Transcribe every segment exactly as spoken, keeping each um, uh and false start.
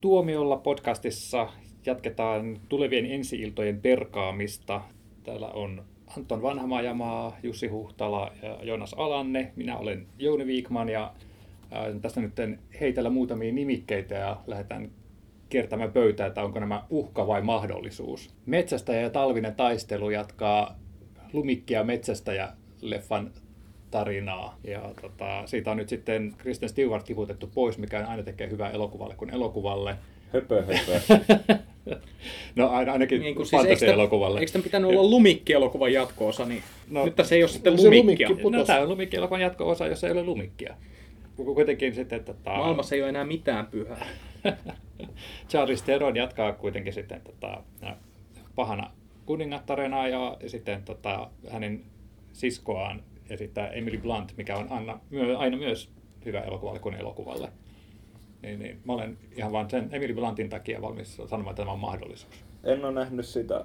Tuomiolla podcastissa jatketaan tulevien ensi-iltojen perkaamista. Täällä on Anton Vanhamajamaa, Jussi Huhtala ja Joonas Alanne. Minä olen Jouni Viikman ja ää, tässä nyt heitellä muutamia nimikkeitä ja lähdetään kiertämään pöytää, että onko nämä uhka vai mahdollisuus. Metsästäjä ja talvinen taistelu jatkaa Lumikkia metsästäjä-leffan tarinaa. Ja tota, siitä on nyt sitten Kristen Stewart tiputettu pois, mikä aina tekee hyvää elokuvalle kuin elokuvalle. Höpö, höpö. No ainakin niin siis fantasia-elokuvalle. Eikö tämän pitänyt olla Lumikki-elokuvan jatko-osa, niin no, nyt tässä ei ole sitten Lumikkia. No tämä on Lumikki-elokuvan jatko-osa, jossa ei ole Lumikkia. Kuitenkin sitten, tota... Maailmassa ei ole enää mitään pyhää. Charlize Theron jatkaa kuitenkin sitten tota, pahana kuningattarena ja sitten tota, hänen siskoaan esittää Emily Blunt, mikä on aina, aina myös hyvä elokuvalle kuin elokuvalle. Niin, niin, mä olen ihan vain sen Emily Bluntin takia valmis sanomaan, että tämä on mahdollisuus. En ole nähnyt sitä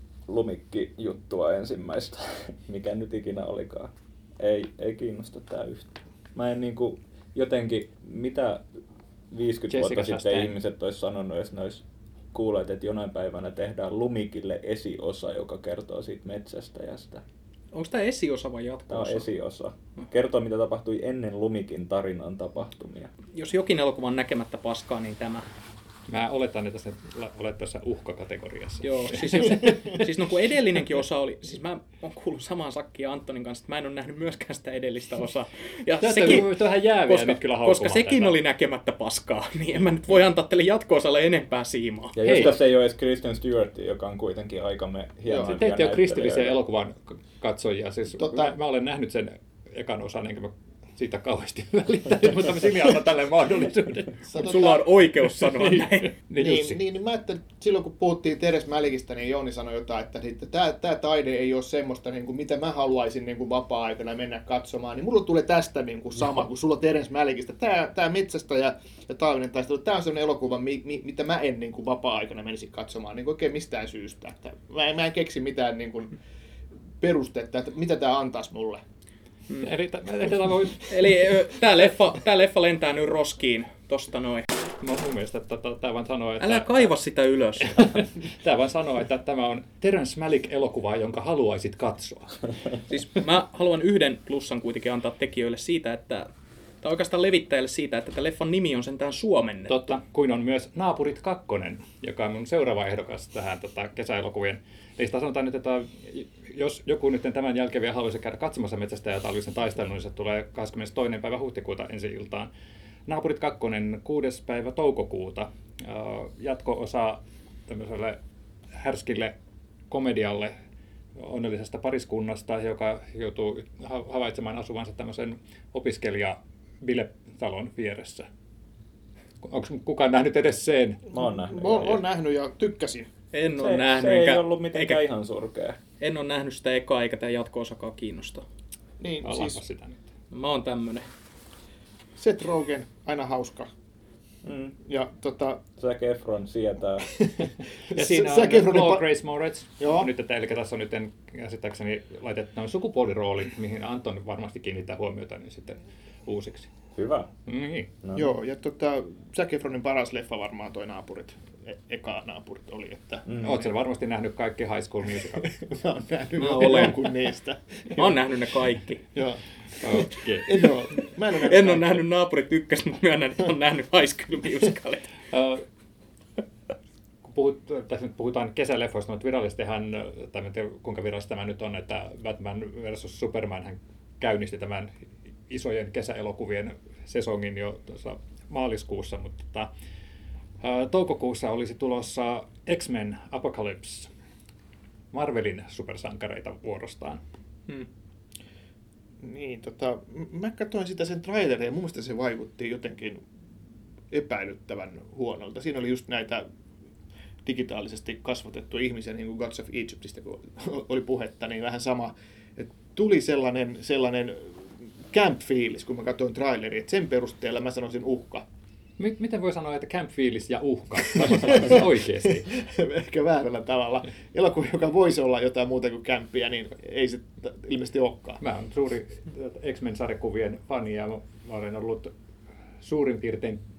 Lumikki-juttua ensimmäistä, mikä nyt ikinä olikaan. Ei, ei kiinnosta tää yhtään. Mä en niinku jotenkin, mitä viisikymmentä Jessica vuotta Chastain. sitten ihmiset olisi sanonut, jos ne olisi kuulleet, että jonain päivänä tehdään Lumikille esiosa, joka kertoo siitä metsästäjästä. Onko tämä esiosa vai Tämä jatko-osa? on esiosa. Kertoo, mitä tapahtui ennen Lumikin tarinan tapahtumia. Jos jokin elokuva on näkemättä paskaa, niin tämä. Mä oletan, että se olet tässä uhkakategoriassa. Joo, siis, jos, siis no kun edellinenkin osa oli, siis mä oon kuullut samaan sakkiin Antonin kanssa, että mä en ole nähnyt myöskään sitä edellistä osaa. Ja Tätä sekin, on vähän jääviä koska, nyt kyllä koska sekin tätä. oli näkemättä paskaa, niin en mä nyt voi antaa teille jatko-osalle enempää siimaa. Ja Hei. jos tässä ei ole edes Kristen Stewart, joka on kuitenkin aikamme hienoimpia Te ette ole kristillisiä näyttelijöitä. elokuvan katsojia. Siis Tota- mä, mä olen nähnyt sen ekan osan, enkä mä siitä kauheasti välittänyt, mutta mä sinne annan tälle mahdollisuuden. Mut sulla on oikeus sanoa näin. Niin, Niin, Jussi. niin, niin mä ajattelin, että silloin kun puhuttiin Teres Mälikistä, niin Jouni sanoi jotain, että, että tämä, tämä taide ei ole semmoista, niin kuin, mitä mä haluaisin niin kuin vapaa-aikana mennä katsomaan. Niin mulla tulee tästä niin kuin sama kuin sulla Teres Mälikistä. Tämä, tämä metsästä ja, ja talvinen taistelu, tämä on sellainen elokuva, mi, mi, mitä mä en niin kuin vapaa-aikana menisin katsomaan niin kuin oikein mistään syystä. Että mä, en, mä en keksi mitään niin kuin perustetta, että mitä tämä antaisi mulle. Mm. Eli t- tätä voi... Eli ö, tää leffa, tää leffa lentää nyt roskiin tosta noin. No, mun mielestä tämä vaan sanoo, että... Älä kaiva sitä ylös. Tämä vaan sanoo, että tämä on Terence Malick-elokuva, jonka haluaisit katsoa. Siis mä haluan yhden plussan kuitenkin antaa tekijöille siitä, että tai oikeastaan levittäjälle siitä, että tämä leffan nimi on sentään suomennettu. Totta, kuin on myös Naapurit kakkonen, joka on mun seuraava ehdokas tähän tota, kesäelokuvien listaan. Sanotaan nyt, että jos joku nyt tämän jälkeen vielä haluaisi käydä katsomassa metsästäjä ja talvisen taistelun, niin se tulee kahdeskymmenestoinen päivä huhtikuuta ensi iltaan. Naapurit kakkonen, kuudes päivä toukokuuta. Jatko-osa tämmöiselle härskille komedialle onnellisesta pariskunnasta, joka joutuu havaitsemaan asuvansa tämmöisen opiskelija biletalon vieressä. Onko kukaan nähnyt edes sen? Mä oon nähnyt. Mä oon, oon nähnyt ja tykkäsin. En ole Se, nähnyt, se ei enkä, ollut mitenkään eikä, ihan surkea. en ole nähnyt sitä ekaa eikä tämä jatko-osakaan kiinnosta. Niin, Ollaanpa siis sitä nyt. Mä oon tämmönen. Seth Rogen, aina hauska. Mm. Ja tota, Zac Efron sietää. Ja siinä on Zac Efronin Chloe pa- Grace Moretz. Joo. Nyt, että, eli tässä on nyt käsittääkseni laitettu noin sukupuoliroolit, mihin Anton varmasti kiinnittää huomiota, niin sitten uusiksi. Hyvä. Niin. No. Joo, ja tota, Zac Efronin paras leffa varmaan toi Naapurit, e- eka Naapurit oli, että Mm. Oletko varmasti nähnyt kaikki High School Musical? mä oon nähnyt Mä olen. jonkun niistä. Mä oon nähnyt ne kaikki. Joo. Okay. En oo, mä en oo nähnyt En ole kaikkia. nähnyt Naapurit ykköstä, mutta myönnän, että on nähnyt High School Musicalit. Uh, kun puhut, tässä nyt puhutaan kesäleffoista, mutta virallisestihan, tai en tiedä kuinka virallista tämä nyt on, että Batman versus Superman hän käynnisti tämän isojen kesäelokuvien sesongin jo tuossa maaliskuussa, mutta tota, uh, toukokuussa olisi tulossa X-Men Apocalypse, Marvelin supersankareita vuorostaan. Hmm. Niin, tota, m- mä katsoin sitä sen traileria ja mun mielestä se vaikutti jotenkin epäilyttävän huonolta. Siinä oli just näitä digitaalisesti kasvatettuja ihmisiä, niin kuin Gods of Egyptistä, kun oli puhetta, niin vähän sama. Et tuli sellainen, sellainen camp-fiilis, kun mä katsoin traileria, että sen perusteella mä sanoisin uhka. M- miten voi sanoa, että camp-fiilis ja uhka? Oikeasti. Ehkä väärällä tavalla. Elokuva, joka voisi olla jotain muuta kuin kämppiä, niin ei se t- ilmeisesti olekaan. Mä oon suuri X-Men-sarjakuvien fani ja mä olen ollut suurin piirtein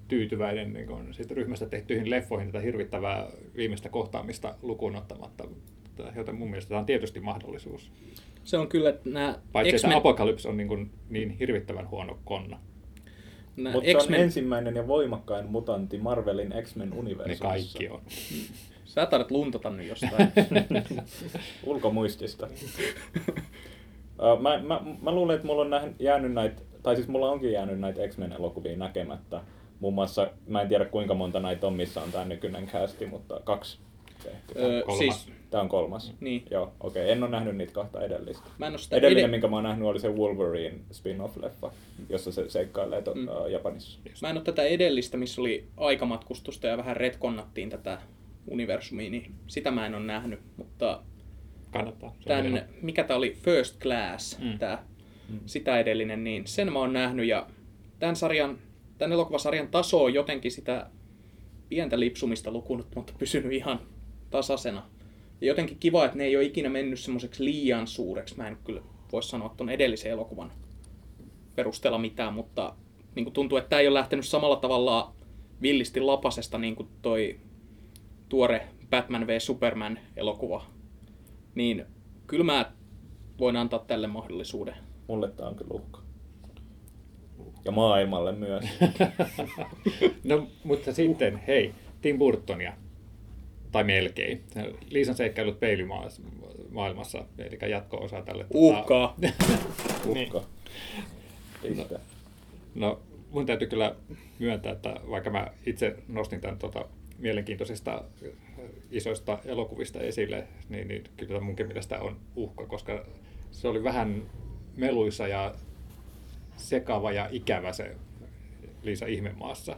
tyytyväinen niin kun siitä ryhmästä tehtyihin leffoihin tätä hirvittävää viimeistä kohtaamista lukuun ottamatta. Joten mun mielestä tämä on tietysti mahdollisuus. Se on kyllä, että nämä Paitsi X-Men... että Apocalypse on niin, kuin niin hirvittävän huono konna. Mutta se on ensimmäinen ja voimakkain mutantti Marvelin X-Men universumissa. Ne kaikki on. Sä taidat luntata nyt jostain. Ulkomuistista. uh, mä, mä, mä luulen, että mulla on nähnyt, jäänyt näitä, tai siis mulla onkin jäänyt näitä X-Men-elokuvia näkemättä. Muun muassa, mä en tiedä kuinka monta näitä on, missä on tää nykyinen casti, mutta kaksi. Öö, siis, Tää on kolmas. Niin. Joo, okei. Okay. En ole nähnyt niitä kahta edellistä. Mä en ole sitä Edellinen, ed- minkä mä oon nähnyt, oli se Wolverine spin-off-leffa, jossa se seikkailee to- mm. uh, Japanissa. Mä en ole tätä edellistä, missä oli aikamatkustusta ja vähän retkonnattiin tätä universumia, niin sitä mä en ole nähnyt, mutta kannattaa. Tän, mikä tää oli, First Class, mm. tää, mm. sitä edellinen, niin sen mä oon nähnyt ja tämän sarjan, tämän elokuvasarjan taso on jotenkin sitä pientä lipsumista lukunut, mutta pysynyt ihan tasaisena. Ja jotenkin kiva, että ne ei ole ikinä mennyt semmoiseksi liian suureksi. Mä en kyllä voi sanoa tuon edellisen elokuvan perusteella mitään, mutta niin kuin tuntuu, että tämä ei ole lähtenyt samalla tavalla villisti lapasesta niin kuin toi tuore Batman v Superman elokuva. Niin kyllä mä voin antaa tälle mahdollisuuden. Mulle tää on kyllä uhka. Ja maailmalle myös. No, mutta sitten, hei, Tim Burtonia. Tai melkein. Liisan seikkailut peilimaailmassa, eli jatko-osa tälle. Uhkaa. Uhka. No, no, mun täytyy kyllä myöntää, että vaikka mä itse nostin tämän tota, mielenkiintoisista isoista elokuvista esille, niin, niin kyllä munkin mielestä on uhka, koska se oli vähän meluisa ja sekava ja ikävä se Liisa Ihmemaassa.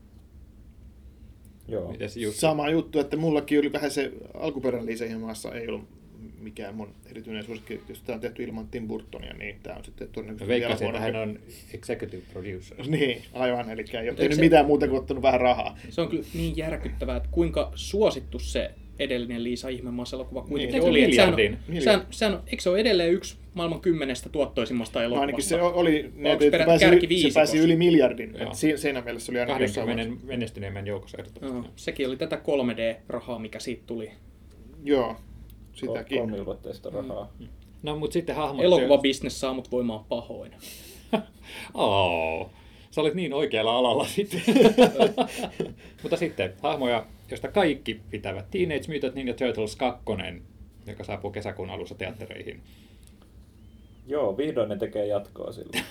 Joo. Sama juttu, että mullakin oli vähän se alkuperäinen Liisa Ihmemaassa ei ollut mikään mun erityinen suosikki. Jos tämä on tehty ilman Tim Burtonia, niin tämä on sitten todennäköisesti vielä veikkasin, huono. että hän on executive producer. Niin, aivan. Eli ei ole tehnyt se... mitään muuta kuin ottanut vähän rahaa. Se on kyllä niin järkyttävää, että kuinka suosittu se edellinen Liisa Ihmemaassa elokuva kuitenkin niin, oli. Miljardin. Sehän, sehän, sehän, eikö se ole edelleen yksi maailman kymmenestä tuottoisimmasta elokuvasta? No ainakin se oli, ne, se se, pääsi, se pääsi yli miljardin. Siinä mielessä oli aina kaksikymmentä menestyneemmän joukossa ehdottomasti. No, sekin oli tätä kolme D-rahaa, mikä siitä tuli. Joo, sitäkin. Kolmiulotteista rahaa. Mm. No, mutta sitten hahmot... Elokuvabisnes saa mut voimaan pahoin. Oh, sä olet niin oikealla alalla sitten. Mutta sitten hahmoja, joista kaikki pitävät. Teenage Mutant Ninja Turtles kaksi, joka saapuu kesäkuun alussa teattereihin. Joo, vihdoin ne tekee jatkoa sillä.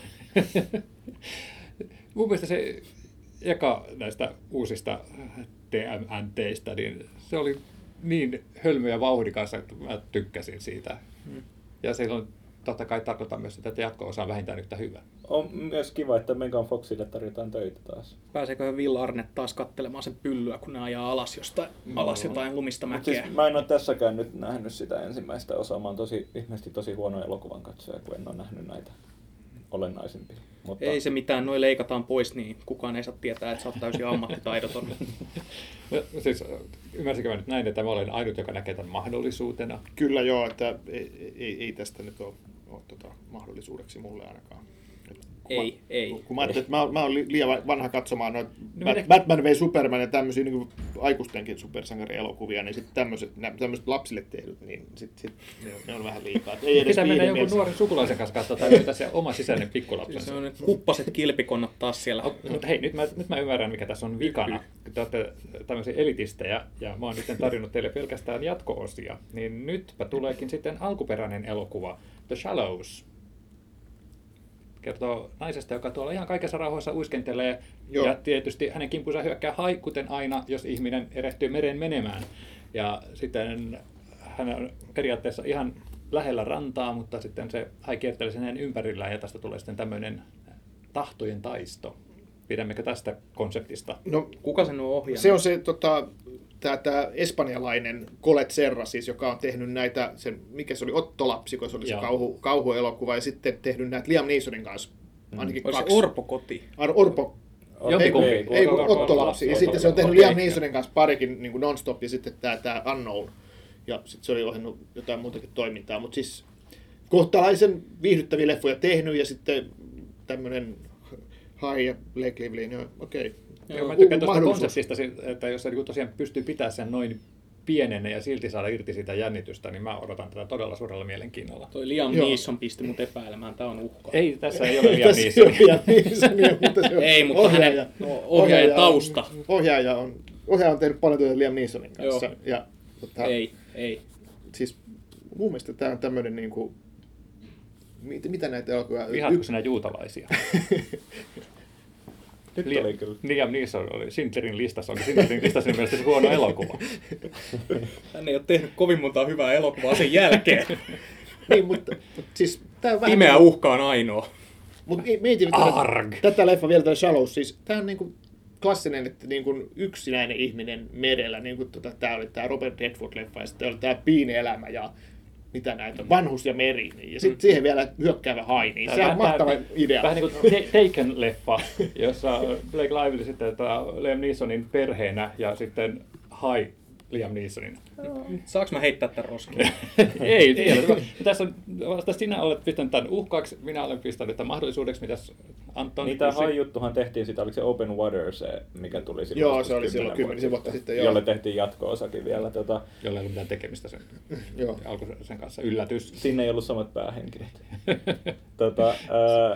Mun mielestä se eka näistä uusista T M N T:istä, niin se oli niin hölmö ja vauhdikas, että mä tykkäsin siitä. Hmm. Ja silloin totta kai tarkoittaa myös sitä, että jatko-osa on vähintään yhtä hyvä. On myös kiva, että Megan Foxille tarjotaan töitä taas. Pääseekö Will Arnett taas katselemaan sen pyllyä, kun ne ajaa alas jostain, no. alas jotain lumista mäkeä? Siis mä en ole tässäkään nyt nähnyt sitä ensimmäistä osaa. Mä oon tosi, ihmeesti tosi huono elokuvan katsoja, kun en ole nähnyt näitä olennaisimpia. Mutta... Ei se mitään, noi leikataan pois, niin kukaan ei saa tietää, että sä oot täysin ammattitaidoton. No, siis, ymmärsikö mä nyt näin, että mä olen ainut, joka näkee tämän mahdollisuutena? Kyllä joo, että ei, ei, ei tästä nyt ole, ole tota, mahdollisuudeksi mulle ainakaan. Ei, mä, ei. Kun mä ajattelin, että mä, mä olen liian vanha katsomaan noita no, Bat, Batman v Superman ja tämmöisiä niin aikuistenkin supersankarielokuvia, niin sitten tämmöiset, tämmöiset lapsille tehdyt, niin sit, sit, ne, on, ne on vähän liikaa. Ei edes pitää mennä jonkun mielessä. Nuoren sukulaisen kanssa katsoa tai löytää se oma sisäinen pikkulapsensa. Se on nyt kuppaset kilpikonnat taas siellä. Oh, mutta hei, nyt mä, nyt mä ymmärrän, mikä tässä on vikana. Te olette tämmöisiä elitistejä ja mä oon nyt tarjonnut teille pelkästään jatko-osia. Niin nytpä tuleekin sitten alkuperäinen elokuva, The Shallows. Kertoo naisesta, joka tuolla ihan kaikessa rauhassa uiskentelee. Joo. Ja tietysti hänen kimpunsa hyökkää hai, kuten aina, jos ihminen erehtyy mereen menemään. Ja sitten hän on periaatteessa ihan lähellä rantaa, mutta sitten se hai kiertelee sen hänen ympärillään ja tästä tulee sitten tämmöinen tahtojen taisto. Pidämmekö tästä konseptista? No, kuka sen on ohjannut? Se on se tota, tämä espanjalainen Colette Serra, siis, joka on tehnyt näitä, sen, mikä se oli, Otto-lapsi, kun se oli se kauhu, kauhuelokuva, ja sitten tehnyt näitä Liam Neesonin kanssa ainakin mm. kaksi. Orpo-koti? Ar- Orpo. Ei, ei, ei, ei Otto-lapsi. Ja sitten se on tehnyt Liam Neesonin kanssa parikin niin kuin non-stop, ja sitten tämä, tämä Unknown. Ja sitten se oli ohjannut jotain muutakin toimintaa, mutta siis kohtalaisen viihdyttäviä leffoja tehnyt, ja sitten tämmöinen Hai ja Blake Lively, niin okei, okay, Joo, mä tykkään tuosta mahdollisuus. konseptista, että jos se niin tosiaan pystyy pitämään sen noin pienenä ja silti saada irti sitä jännitystä, niin mä odotan tätä todella suurella mielenkiinnolla. Toi Liam Joo. Neeson pisti mut epäilemään, tää on uhka. Ei, tässä ei ole liian Tässä niissä. ei ole Liam Neesonia, mutta se on Ei, mutta ohjaaja. hänen no, ohjaajan tausta. On, ohjaaja, on, ohjaaja on tehnyt paljon työtä Liam Neesonin kanssa. Joo. Ja, tota, Ei, ei. Siis mun mielestä tää on tämmönen niinku... Mit, mitä näitä elokuvia... Vihaatko sinä juutalaisia? Nyt Liam, oli kyllä. Liam Neeson oli Schindlerin listassa. Onko Schindlerin listassa niin mielestäni huono elokuva? Hän ei ole tehnyt kovin montaa hyvää elokuvaa sen jälkeen. Niin, mutta, mutta siis tää on vähän... Pimeä uhka on ainoa. Mutta mietin nyt Arg. tätä, tätä leffa vielä, tämä Shallows, siis tää on niinku klassinen, että niinku yksinäinen ihminen merellä, niin kuin tota, tää oli tää Robert Redford-leffa, ja sitten oli tää Piine-elämä ja mitä näitä, Vanhus ja meri, niin, ja sitten siihen vielä hyökkäävä hai, niin se on mahtava idea. Vähän niin kuin Taken-leffa, jossa Blake Lively sitten tota Liam Neesonin perheenä ja sitten Hai Liam Neesonin. Saanko mä heittää tän roskiin? Ei, tiedä. Tässä on, vasta sinä olet pistänyt tämän uhkaaksi, minä olen pistänyt tämän mahdollisuudeksi, mitäs Anton? Niin tämä Hai-juttuhan tehtiin, sitä oliko se Open Water se, mikä tuli silloin. Joo, se oli silloin kymmenisen vuotta sitten, joo. Jolle tehtiin jatko-osakin vielä. Tota, Jolla ei ollut mitään tekemistä sen, Joo. alku sen kanssa. Yllätys. Sinne ei ollut samat päähenkilöt. tota, ää,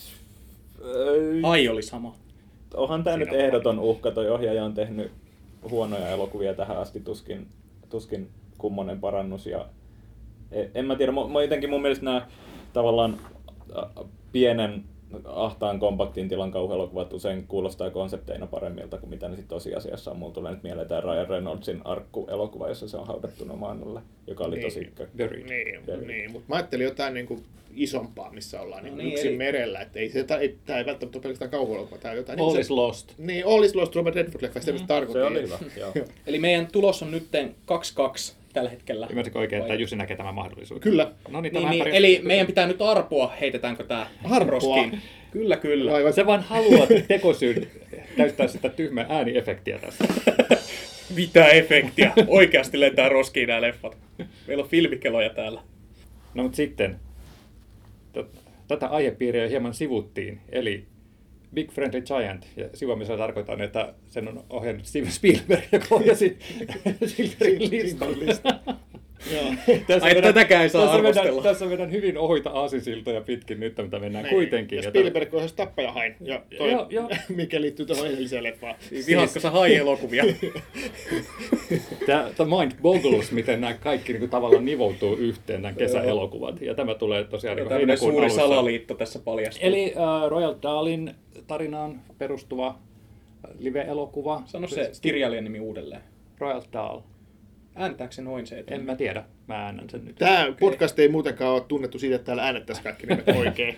Ai oli sama. onhan tämä nyt Siinä on ehdoton uhka. Toi ohjaaja on tehnyt huonoja elokuvia tähän asti, tuskin, tuskin kummonen parannus. Ja en mä tiedä, mä jotenkin mun mielestä nämä tavallaan pienen ahtaan kompaktin tilan kauhuelokuvat usein kuulostaa konsepteina paremmilta kuin mitä ne sitten tosiasiassa on. Mulla tulee nyt mieleen tämä Ryan Reynoldsin Arkku-elokuva, jossa se on haudattu Nomanulle, joka oli tosi... Niin, Very. niin, Very. niin, mutta mä ajattelin jotain niin kuin isompaa, missä ollaan niin No niin, yksin eli- merellä, että ei, se, ei, tämä ei välttämättä ole pelkästään kauhuelokuva, tämä on jotain... All niin, is lost. Niin, All is Lost, Robert Redford-leffa, sitä mistä Se tarkoitin. oli hyvä, joo. Eli meidän tulos on nytten kaksi kaksi tällä hetkellä. Ymmärsitkö oikein, että Vai- Jussi näkee tämän mahdollisuuden? Kyllä. No niin, Niin, tämä niin, pari- eli meidän pitää nyt arpoa, heitetäänkö tää Arpoa? roskiin. Kyllä, kyllä. Aivan. Sä vaan haluat tekosyyn käyttää sitä tyhmää ääniefektiä tässä. Mitä efektiä? Oikeasti lentää roskiin nämä leffat. Meillä on filmikeloja täällä. No mutta sitten, t- tätä aihepiiriä hieman sivuttiin, eli Big Friendly Giant, ja sivuamisella tarkoitan, että sen on ohjannut Steven Spielberg, joka ohjasi Schindlerin listan. Joo. Tässä Ai, meidän- tätäkään ei saa tässä meidän, arvostella. tässä meidän hyvin ohita aasinsiltoja pitkin nyt, mitä mennään Niin. kuitenkin. Ja Ja Spielberg on tappajahain, ja toi, Joo, joo. mikä liittyy tuohon edelliseen leffaan. Vihaatko sä hai-elokuvia? Tämä mind boggles, miten nämä kaikki niin kuin, tavallaan nivoutuu yhteen, nämä kesäelokuvat. Ja tämä tulee tosiaan niin kuin Tämmöinen heinäkuun suuri alussa. salaliitto tässä paljastuu. Eli uh, Royal Dahlin tarinaan perustuva live-elokuva. Sano se kirjailijan nimi uudelleen. Royal Dahl. Ääntääkö se noin se eteen? En mä tiedä. Mä äännän sen nyt. Tämä podcast ei muutenkaan ole tunnettu siitä, että täällä äänettäisiin kaikki nimet oikein.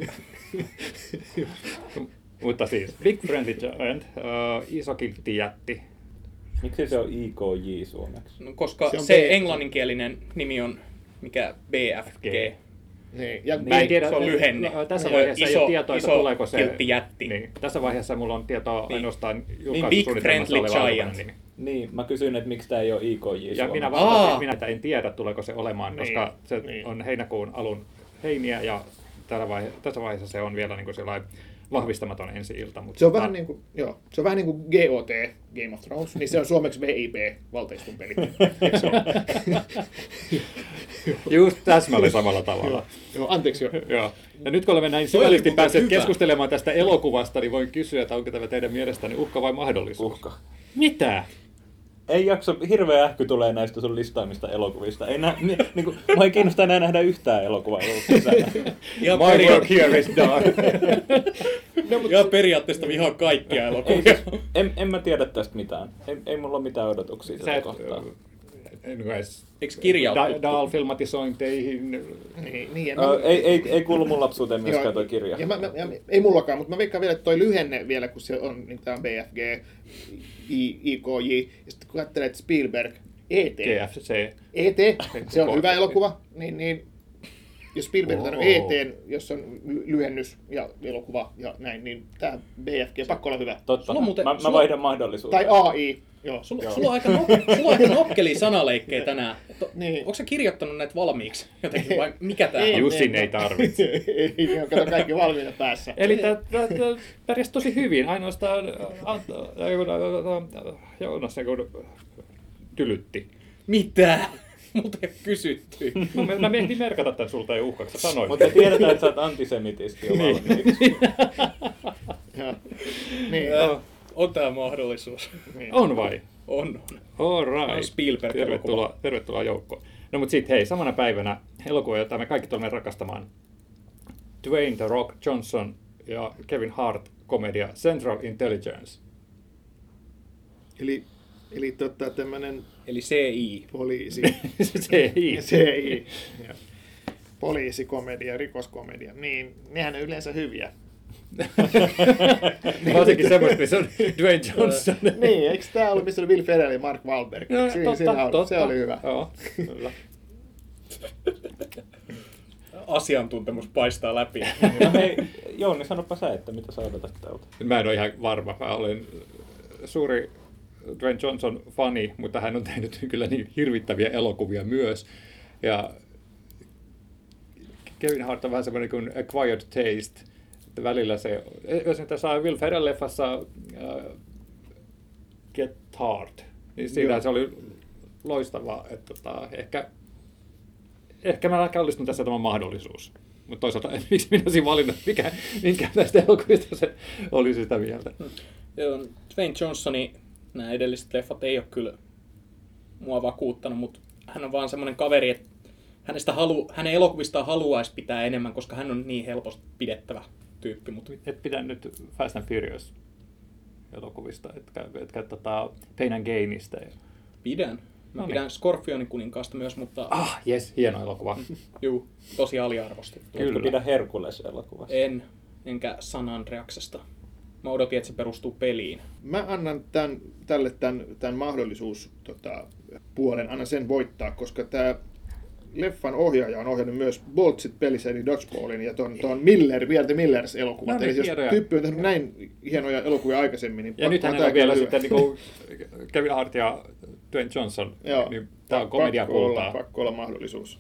Mutta siis, Big Friendly Giant, uh, iso kiltti jätti. Miksi se on I K J suomeksi? No, koska Se se, on se B- englanninkielinen nimi on mikä B F G. Niin. Ja Mä en tiedä, se on lyhenne. no, tässä Se vaiheessa ei iso- ole tietoa, että iso tuleeko se... kiltti jätti. Niin, tässä vaiheessa mulla on tietoa Niin. ainoastaan Big julkaisusuunnitelmassa Friendly oleva Giant. alkuperäinen nimi. Niin, mä kysyin, että miksi tämä ei ole I K J Ja suomeksi. minä Aa. vastasin, minä että en tiedä, tuleeko se olemaan, Niin, koska se niin. on heinäkuun alun heiniä ja tällä vaihe- tässä vaiheessa se on vielä niin kuin sellainen vahvistamaton ensi-ilta. Mutta Se on vähän niin kuin, joo, se on vähän niin kuin G O T, Game of Thrones, niin se on suomeksi V I P, valteistun peli. Eikö se ole? just täsmälleen samalla tavalla. Joo, joo, anteeksi jo. Joo. Ja nyt kun olemme näin Toi oli syvällisesti muuten päässeet hyvä. keskustelemaan tästä elokuvasta, niin voin kysyä, että onko tämä teidän mielestänne uhka vai mahdollisuus? Uhka. Mitä? Ei jakso, hirveä ähky tulee näistä sun listaamista elokuvista. Ei nä, ni, niinku, mä ei kiinnosta enää nähdä yhtään elokuvaa ollut kesällä. Ja, My peria- work here is done. ja periaatteessa vihaan kaikkia Ei, elokuvia. siis, en, en mä tiedä tästä mitään. Ei, ei mulla ole mitään odotuksia Sä tätä et, kohtaa. anyways, Eikö kirjautu? Da- Dahl-filmatisointeihin. Niin, niin, ja mä- Ö, ei, ei, ei kuulu mun lapsuuteen myöskään Joo, toi kirja. Ja mä, mä, ja, ei mullakaan, mutta mä veikkaan vielä, että toi lyhenne vielä, kun se on, niin tää on B F G, I, I K J, ja sitten kun ajattelee, että Spielberg, E T, G F C. E T, se on hyvä elokuva, niin, niin jos Spielberg on Oo. E T, jos on ly- lyhennys ja elokuva ja näin, niin tää B F G, pakko olla hyvä. Totta. Sulla on muuten- mä, mä sulla- vaihdan mahdollisuutta. Tai A I, Joo, Sulla, joo. sulla, on aika nok, sulla on aika nokkelia sanaleikkejä tänään. To, Niin. Onko sä kirjoittanut näitä valmiiksi jotenkin vai mikä tää Ei, on? Jussin ei tarvitse. ei, ei, kato kaikki valmiina päässä. Eli tämä pärjäsi tosi hyvin, ainoastaan Joonas tylytti. Mitä? Multa ei ole kysytty. No, mä, mä ehdin merkata tän sulta jo uhkaksi, sä sanoit. Mutta tiedetään, että sä oot antisemitisti jo valmiiksi. Joo. Niin, Joo, on tää mahdollisuus. niin. On vai? On, on. All Tää on right. Spielberg-elokuva. Tervetuloa, tervetuloa joukkoon. No mutta sitten hei, samana päivänä elokuva, jota me kaikki tulemme rakastamaan. Dwayne The Rock Johnson ja Kevin Hart komedia Central Intelligence. Eli, eli tota, tämmönen Eli C I. poliisi. Se ei. C I. Joo. Poliisikomedia, rikoskomedia. Niin, nehän on yleensä hyviä. Varsinkin semmoista, missä on Dwayne Johnson. niin, eikö tää ollut, missä oli Will Ferrell ja Mark Wahlberg? No, Siinä- totta, siinä oli- totta. Se oli hyvä. Joo, kyllä. Asiantuntemus paistaa läpi. No hei, Jouni, sanoppa sä, että mitä sä odotat tältä. Mä en ole ihan varma. Mä olen suuri Dwayne Johnson fani, mutta hän on tehnyt kyllä niin hirvittäviä elokuvia myös. Ja Kevin Hart on vähän semmoinen kuin acquired taste. Että välillä se, jos niitä saa Will Ferrell-leffassa äh, Get Hard, niin siinä Joo. se oli loistavaa. Että tota, ehkä, ehkä mä kallistun tässä tämä mahdollisuus. Mutta toisaalta, miksi minä olisin valinnut, mikä, minkä näistä elokuvista se oli sitä mieltä. Joo, Dwayne Johnsonin nämä edelliset leffat ei ole kyllä mua vakuuttanut, mutta hän on vaan semmoinen kaveri, että hänestä halu, hänen elokuvistaan haluaisi pitää enemmän, koska hän on niin helposti pidettävä tyyppi. Mutta Et pidä nyt Fast and Furious elokuvista, etkä, etkä tota Pain and Gainista. pidän. Mä No pidän niin. Scorpionin kuninkaasta myös, mutta Ah, jes, hieno elokuva. juu, tosi aliarvostettu. Kyllä. Etkö pidä Herkules-elokuvasta? En, enkä San Andreaksesta. Mä odotin, että se perustuu peliin. Mä annan tämän, tälle tämän, tämän mahdollisuus tota, puolen, annan sen voittaa, koska tämä leffan ohjaaja on ohjannut myös Boltsit pelisääni Dodgeballin ja ton, ton Miller, We Are the Millers elokuvat. No niin, Eli jos hienoja. tyyppi on tehnyt näin hienoja elokuvia aikaisemmin, niin Ja nyt pakkohan hänellä on tää vielä kyllä sitten hyvä. niin kuin Kevin Hart ja Dwayne Johnson. Joo, Niin, tämä on pakko komedia olla, kultaa. pakko olla mahdollisuus.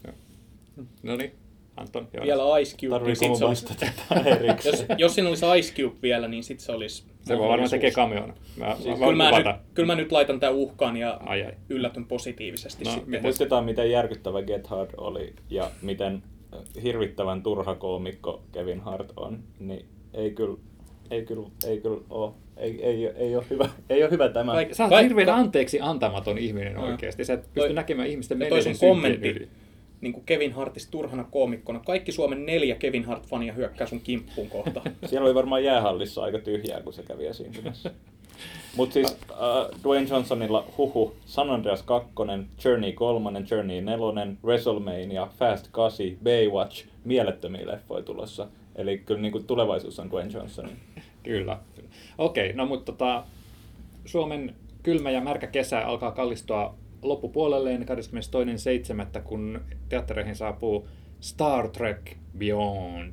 No niin, Anton. Joonas. Vielä Ice Cube, niin Tarviiko sit mun se olisi, vastata erikseen? jos, jos siinä olisi Ice Cube vielä, niin sit se olisi Se voi varmaan mahdollisuus. tekee cameon. Mä, Siis mä kyllä, voin mä nyt, kuvata. kyllä mä nyt laitan tämän uhkaan ja Ai ai. yllätyn positiivisesti No, sitten. miten- Muistetaan, miten järkyttävä Get Hard oli ja miten hirvittävän turha koomikko Kevin Hart on, niin ei kyllä, ei kyllä, ei kyllä ole, ei, ei, ei ole hyvä, ei ole hyvä tämä. Vaik- Sä oot Vaikka- hirveän anteeksi antamaton ihminen Joo. oikeasti. Sä et pysty Toi- näkemään ihmisten ja toi sun menneiden synkkien kommentti yli. niin kuin Kevin Hartista turhana koomikkona. Kaikki Suomen neljä Kevin Hart-fania hyökkää sun kimppuun kohta. Siellä oli varmaan jäähallissa aika tyhjää, kun se kävi esiintymässä. Mutta siis äh, Dwayne Johnsonilla huhu, San Andreas kaksi, Journey kolme, Journey neljä, WrestleMania, Fast kahdeksan, Baywatch, mielettömiä leffoja tulossa. Eli kyllä niin kuin tulevaisuus on Dwayne Johnsonin. Kyllä. Okei, no mutta tota, Suomen kylmä ja märkä kesä alkaa kallistua loppupuolelleen kahdeskymmenestoinen seitsemättä kun teattereihin saapuu Star Trek Beyond.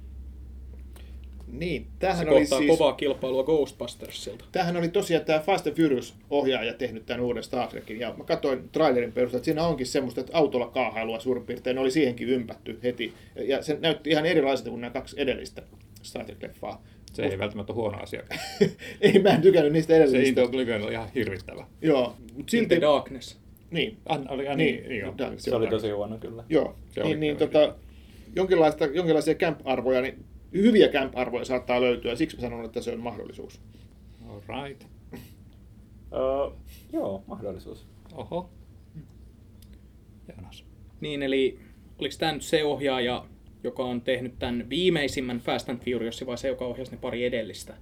Niin, Se tämähän oli kohtaa siis... kovaa kilpailua Ghostbustersilta. Tämähän oli tosiaan tämä Fast and Furious-ohjaaja tehnyt tämän uuden Star Trekin, ja mä katsoin trailerin perusteella, että siinä onkin semmoista, että autolla kaahailua suurin piirtein, ne oli siihenkin ympätty heti, ja se näytti ihan erilaiselta kuin nämä kaksi edellistä Star Trek-leffaa. Se ei välttämättä ole huono asia. Ei, mä en tykännyt niistä Se edellisistä. Into Oblivion oli ihan hirvittävä. Joo, mutta In silti... the Darkness. Niin, Ah, oli, ah, niin, niin, joo. Dark- Se oli tosi huono kyllä. Joo, Se oli niin, niin kyllä tota, jonkinlaista, jonkinlaisia camp-arvoja, niin hyviä camp-arvoja saattaa löytyä, siksi mä sanon, että se on mahdollisuus. All right. Öö, joo, mahdollisuus. Oho. Joonas. Niin, eli oliko tämä nyt se ohjaaja, joka on tehnyt tämän viimeisimmän Fast and Furious, vai se, joka ohjasi ne pari edellistä?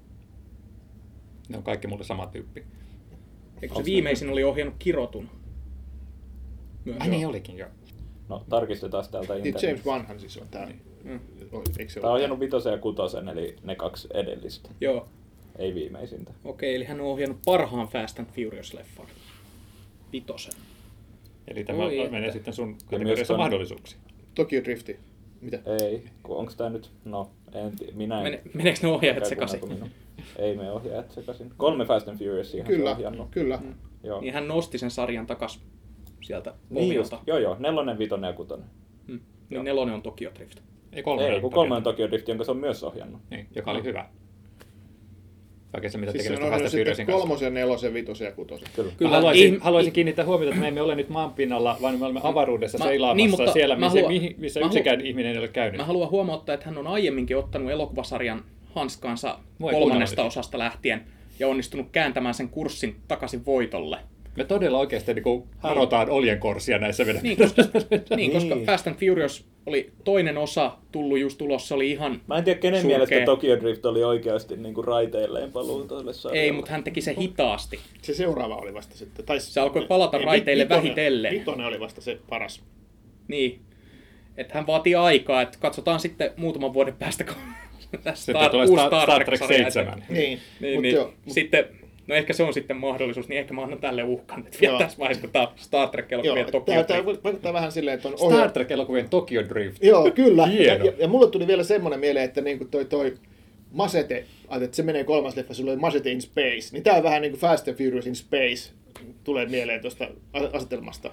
Ne on kaikki mulle sama tyyppi. Eikö se viimeisin oli ohjannut Kirotun? Myös. Ai niin olikin, joo. No, tarkistetaan täältä Niin internetistä. James Wanhan siis on tämä. Mm. Eikö se Tämä on ole ohjannut vitosen ja kutosen, eli ne kaksi edellistä, Joo. ei viimeisintä. Okei, eli hän on ohjannut parhaan Fast and Furious-leffan. Vitosen. Eli tämä Oi, menee että. sitten sun myös kategoriassa ton- mahdollisuuksiin. Tokyo Drifti? Mitä? Ei, onko tämä nyt, no en tiedä, minä en... Mene, meneekö ne ohjaajat Mikä sekaisin? kuunneltu minun. Ei me ohjaajat sekaisin. Kolme Fast and Furiousia se Kyllä, on ohjannut. kyllä. Mm. Joo. Niin hän nosti sen sarjan takas sieltä Niin just, pohjalta. joo joo, nelonen, vitonen ja kutonen. Mm. Joo. Niin nelonen on Tokyo Drift. Ei kolmonen. Ei, kun kolme on Tokyo Drift, jonka se on myös ohjannut. Niin, joka oli hyvä. Oikein se, mitä Siis tekemistä se on Fast ollut and sitten Furiousin kanssa. kolmosen, nelosen, vitosen ja kutosen. Kyllä. Kyllä. Haluaisin, Ihm- haluaisin kiinnittää huomiota, että me emme ole nyt maan pinnalla, vaan me olemme avaruudessa Mä- seilaamassa niin, mutta siellä, mä missä, haluan- mihin- missä mä haluan- yksikään ihminen ei ole käynyt. Mä haluan huomauttaa, että hän on aiemminkin ottanut elokuvasarjan hanskansa Voi kolmannesta kuunnella. osasta lähtien ja onnistunut kääntämään sen kurssin takaisin voitolle. Me todella oikeasti niin harotaan oljenkorsia näissä vedä. Niin, koska, niin, koska Niin. Fast and Furious oli toinen osa tullut just ulos, se oli ihan Mä en tiedä, kenen surkea. mielestä Tokyo Drift oli oikeasti niin kuin raiteilleen paluu tuolle sarjalle. Ei, mutta hän teki sen hitaasti. Se seuraava oli vasta sitten. Tai Se alkoi palata ei, raiteille vitonen- vähitellen. Vitonen oli vasta se paras. Niin, että hän vaatii aikaa, että katsotaan sitten muutaman vuoden päästä, kun tässä Sitten tulee uusi Star, Star Trek Trek-sarja. seitsemän. Niin, Niin, mut niin. joo, mut- Sitten, no ehkä se on sitten mahdollisuus, niin ehkä mä annan tälle uhkan, että Joo. vielä tässä vaiheessa, kun tää on Star Joo, Trek-elokuvien Tokyo tää, tää Drift. vaikuttaa vähän silleen, että on Star ohja... Trek-elokuvien Tokyo Drift. Joo, kyllä. Ja, Hieno. ja, ja mulle tuli vielä semmoinen mieleen, että niinku toi, toi Masete, että se menee kolmas leffa, sulla oli Masete in Space, niin tää on vähän niin kuin Fast and Furious in Space, tulee mieleen tuosta asetelmasta.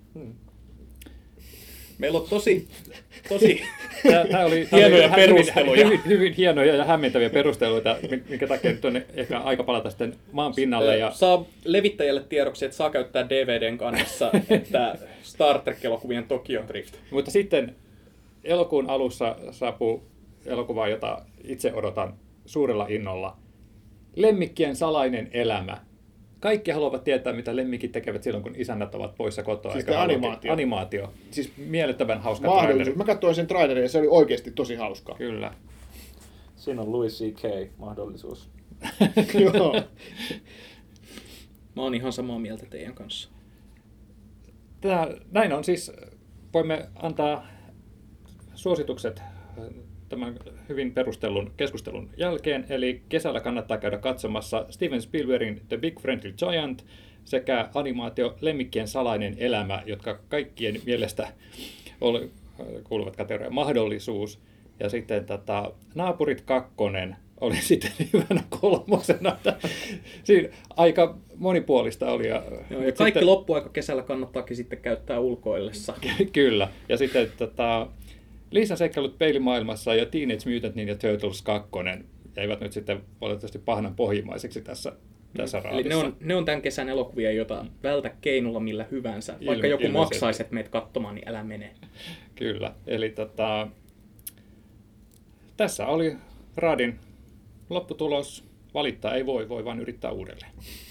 Meillä on tosi, tosi Tämä, tämä oli tämä Hienoja oli hyvin, perusteluja. Hyvin, hyvin hienoja ja hämmentäviä perusteluita, minkä takia nyt on ehkä aika palata sitten maan pinnalle. Ja Saa levittäjälle tiedoksi, että saa käyttää D V D:n kannessa, että Star Trek-elokuvien Tokyo Drift. Mutta sitten elokuun alussa saapuu elokuva, jota itse odotan suurella innolla. Lemmikkien salainen elämä. Kaikki haluavat tietää, mitä lemmikit tekevät silloin, kun isännät ovat poissa kotoa. Siis eikä tämä halua- animaatio. Animaatio. Siis Miellyttävän hauska mahdollisuus. traileri. Mä katsoin sen trailerin ja se oli oikeasti tosi hauskaa. Kyllä. Siinä on Louis C K mahdollisuus. Joo. Mä oon ihan samaa mieltä teidän kanssa. Tämä, näin on siis, voimme antaa suositukset tämän hyvin perustellun keskustelun jälkeen. Eli kesällä kannattaa käydä katsomassa Steven Spielbergin The Big Friendly Giant sekä animaatio Lemmikkien salainen elämä, jotka kaikkien mielestä oli, kuuluvat kategoriaan mahdollisuus. Ja sitten tota, Naapurit kakkonen oli sitten hyvänä kolmosena. Siinä aika monipuolista oli. Ja, Joo, ja mut kaikki sitten, loppuaika kesällä kannattaakin sitten käyttää ulkoillessa. Kyllä. Ja sitten tota, Liisan seikkailut peilimaailmassa ja Teenage Mutant Ninja Turtles kaksi jäivät nyt sitten valitettavasti pahanan pohjimmaiseksi tässä, tässä Eli raadissa. ne on, ne on tämän kesän elokuvia, joita vältä keinolla millä hyvänsä. Vaikka Ilme- joku ilmeisesti. maksaisi, että meitä katsomaan, niin älä mene. Kyllä. Eli tota, tässä oli Raadin lopputulos. Valittaa ei voi, voi vaan yrittää uudelleen.